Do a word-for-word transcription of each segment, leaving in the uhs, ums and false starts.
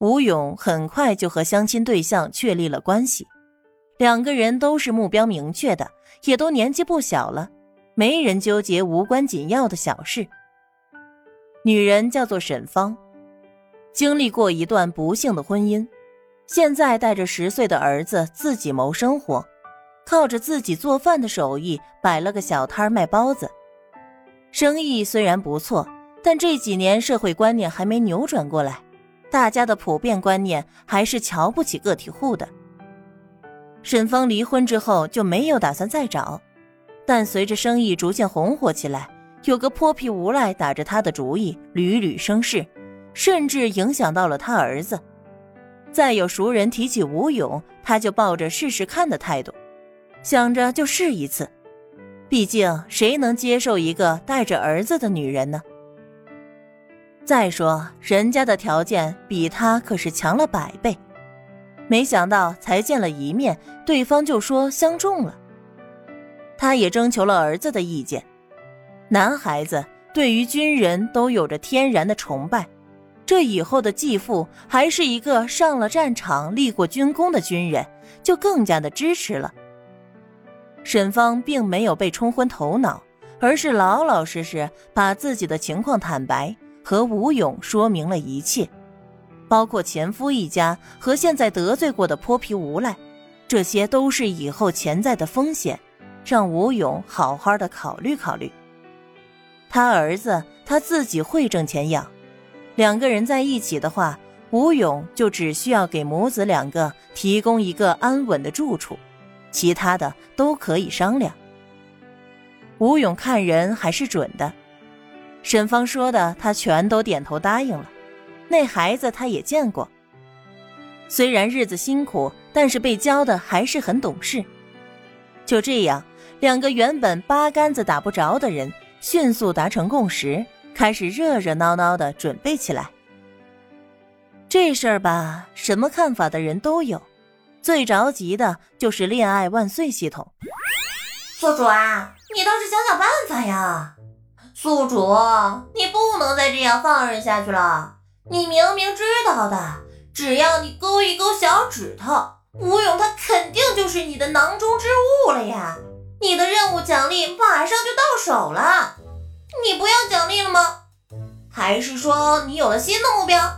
吴勇很快就和相亲对象确立了关系，两个人都是目标明确的，也都年纪不小了，没人纠结无关紧要的小事。女人叫做沈芳，经历过一段不幸的婚姻，现在带着十岁的儿子自己谋生活，靠着自己做饭的手艺摆了个小摊卖包子。生意虽然不错，但这几年社会观念还没扭转过来，大家的普遍观念还是瞧不起个体户的。沈芳离婚之后就没有打算再找，但随着生意逐渐红火起来，有个泼皮无赖打着他的主意屡屡生事，甚至影响到了他儿子。再有熟人提起吴勇，他就抱着试试看的态度，想着就试一次，毕竟谁能接受一个带着儿子的女人呢？再说人家的条件比他可是强了百倍，没想到才见了一面，对方就说相中了。他也征求了儿子的意见，男孩子对于军人都有着天然的崇拜，这以后的继父还是一个上了战场立过军功的军人，就更加的支持了。沈芳并没有被冲昏头脑，而是老老实实把自己的情况坦白，和吴勇说明了一切，包括前夫一家和现在得罪过的泼皮无赖，这些都是以后潜在的风险，让吴勇好好的考虑考虑。他儿子他自己会挣钱养，两个人在一起的话，吴勇就只需要给母子两个提供一个安稳的住处，其他的都可以商量。吴勇看人还是准的，沈芳说的他全都点头答应了，那孩子他也见过，虽然日子辛苦，但是被教的还是很懂事。就这样，两个原本八竿子打不着的人迅速达成共识，开始热热闹闹的准备起来。这事儿吧，什么看法的人都有，最着急的就是恋爱万岁系统。 宿主啊，你倒是想想办法呀！宿主，你不能再这样放任下去了。你明明知道的，只要你勾一勾小指头，吴勇他肯定就是你的囊中之物了呀！你的任务奖励马上就到手了，你不要奖励了吗？还是说你有了新的目标？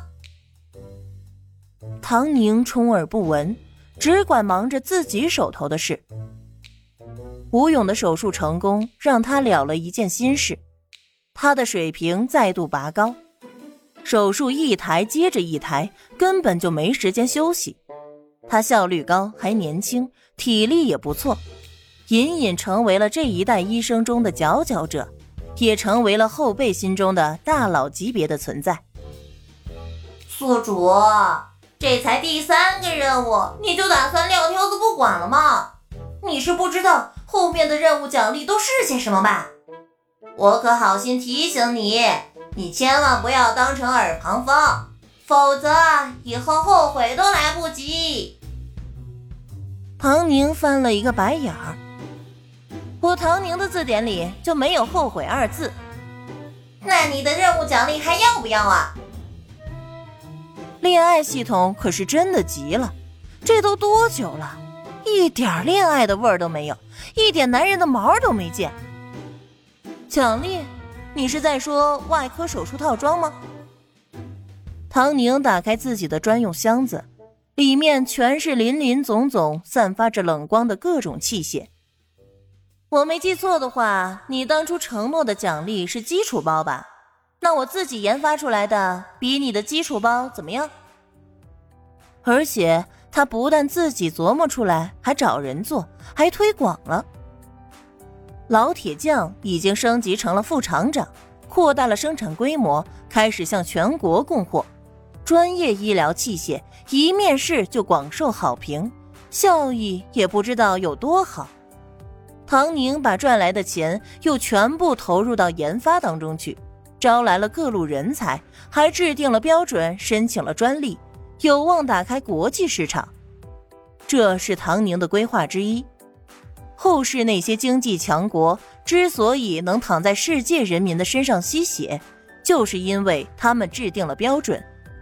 唐宁充耳不闻，只管忙着自己手头的事。吴勇的手术成功，让他了了一件心事，他的水平再度拔高，手术一台接着一台，根本就没时间休息。他效率高，还年轻，体力也不错，隐隐成为了这一代医生中的佼佼者，也成为了后辈心中的大佬级别的存在。 宿主，这才第三个任务，你就打算撂挑子不管了吗？你是不知道后面的任务奖励都是些什么吧？我可好心提醒你，你千万不要当成耳旁风，否则以后后悔都来不及。 唐宁翻了一个白眼儿，我唐宁的字典里就没有后悔二字。 那你的任务奖励还要不要啊？ 恋爱系统可是真的急了，这都多久了，一点恋爱的味儿都没有，一点男人的毛都没见。奖励？你是在说外科手术套装吗？唐宁打开自己的专用箱子，里面全是林林总总散发着冷光的各种器械。我没记错的话，你当初承诺的奖励是基础包吧？那我自己研发出来的比你的基础包怎么样？而且他不但自己琢磨出来，还找人做，还推广了。老铁匠已经升级成了副厂长，扩大了生产规模，开始向全国供货。专业医疗器械一面试就广受好评，效益也不知道有多好。唐宁把赚来的钱又全部投入到研发当中去，招来了各路人才，还制定了标准，申请了专利，有望打开国际市场。这是唐宁的规划之一。后世那些经济强国之所以能躺在世界人民的身上吸血，就是因为他们制定了标准，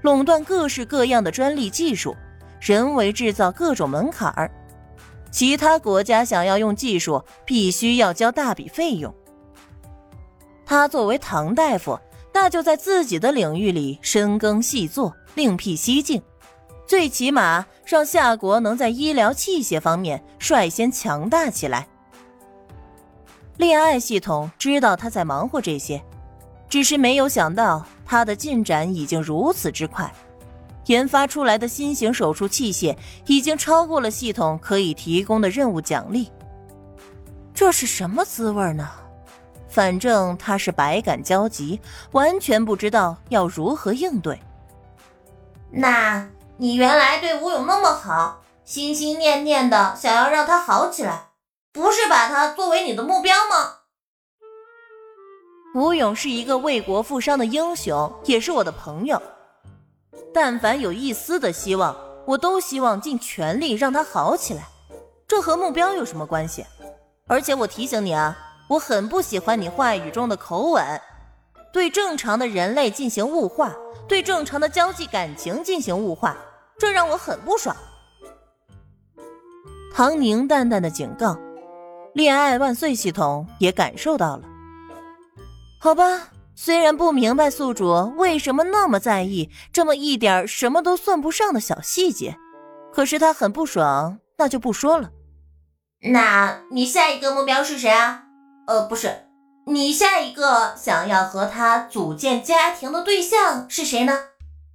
垄断各式各样的专利技术，人为制造各种门槛儿。其他国家想要用技术，必须要交大笔费用。他作为唐大夫，那就在自己的领域里深耕细作，另辟蹊径，最起码让夏国能在医疗器械方面率先强大起来。恋爱系统知道他在忙活这些，只是没有想到他的进展已经如此之快，研发出来的新型手术器械已经超过了系统可以提供的任务奖励。这是什么滋味呢？反正他是百感交集，完全不知道要如何应对。 那你原来对吴勇那么好，心心念念的想要让他好起来，不是把他作为你的目标吗？ 吴勇是一个为国负伤的英雄，也是我的朋友。但凡有一丝的希望，我都希望尽全力让他好起来。这和目标有什么关系？而且我提醒你啊，我很不喜欢你话语中的口吻，对正常的人类进行物化，对正常的交际感情进行物化，这让我很不爽。唐宁淡淡的警告，恋爱万岁系统也感受到了。好吧，虽然不明白宿主为什么那么在意这么一点什么都算不上的小细节，可是他很不爽，那就不说了。 那你下一个目标是谁啊？呃，不是，你下一个想要和他组建家庭的对象是谁呢？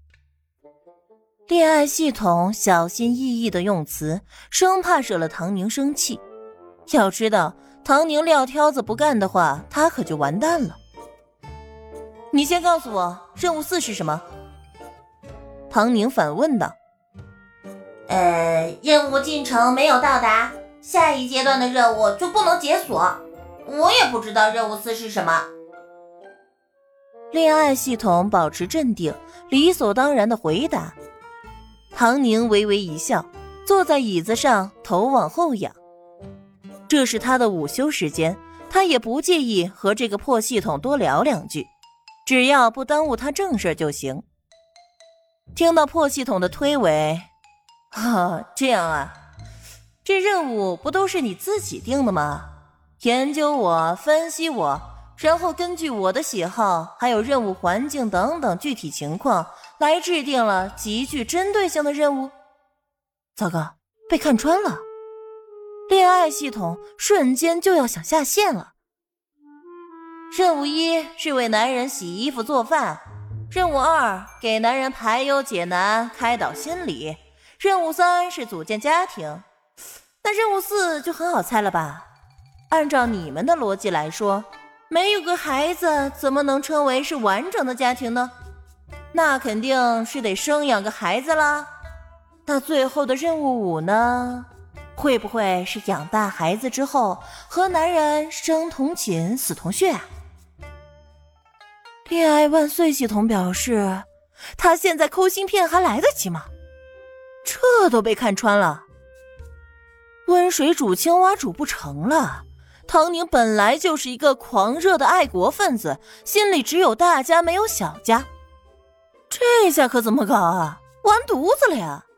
恋爱系统小心翼翼的用词，生怕惹了唐宁生气。要知道，唐宁撂挑子不干的话，他可就完蛋了。你先告诉我，任务四是什么？唐宁反问道。 呃，任务进程没有到达，下一阶段的任务就不能解锁。我也不知道任务四是什么。 恋爱系统保持镇定，理所当然的回答。唐宁微微一笑，坐在椅子上，头往后仰。这是他的午休时间，他也不介意和这个破系统多聊两句，只要不耽误他正事就行。听到破系统的推诿，啊，这样啊，这任务不都是你自己定的吗？研究我，分析我，然后根据我的喜好还有任务环境等等具体情况来制定了极具针对性的任务。糟糕，被看穿了。恋爱系统瞬间就要想下线了。任务一是为男人洗衣服做饭，任务二给男人排忧解难开导心理，任务三是组建家庭。那任务四就很好猜了吧？按照你们的逻辑来说，没有个孩子怎么能称为是完整的家庭呢？那肯定是得生养个孩子啦。那最后的任务五呢？会不会是养大孩子之后和男人生同寝死同穴啊？恋爱万岁系统表示，他现在抠芯片还来得及吗？这都被看穿了。温水煮青蛙煮不成了。唐宁本来就是一个狂热的爱国分子，心里只有大家没有小家，这下可怎么搞啊？完犊子了呀！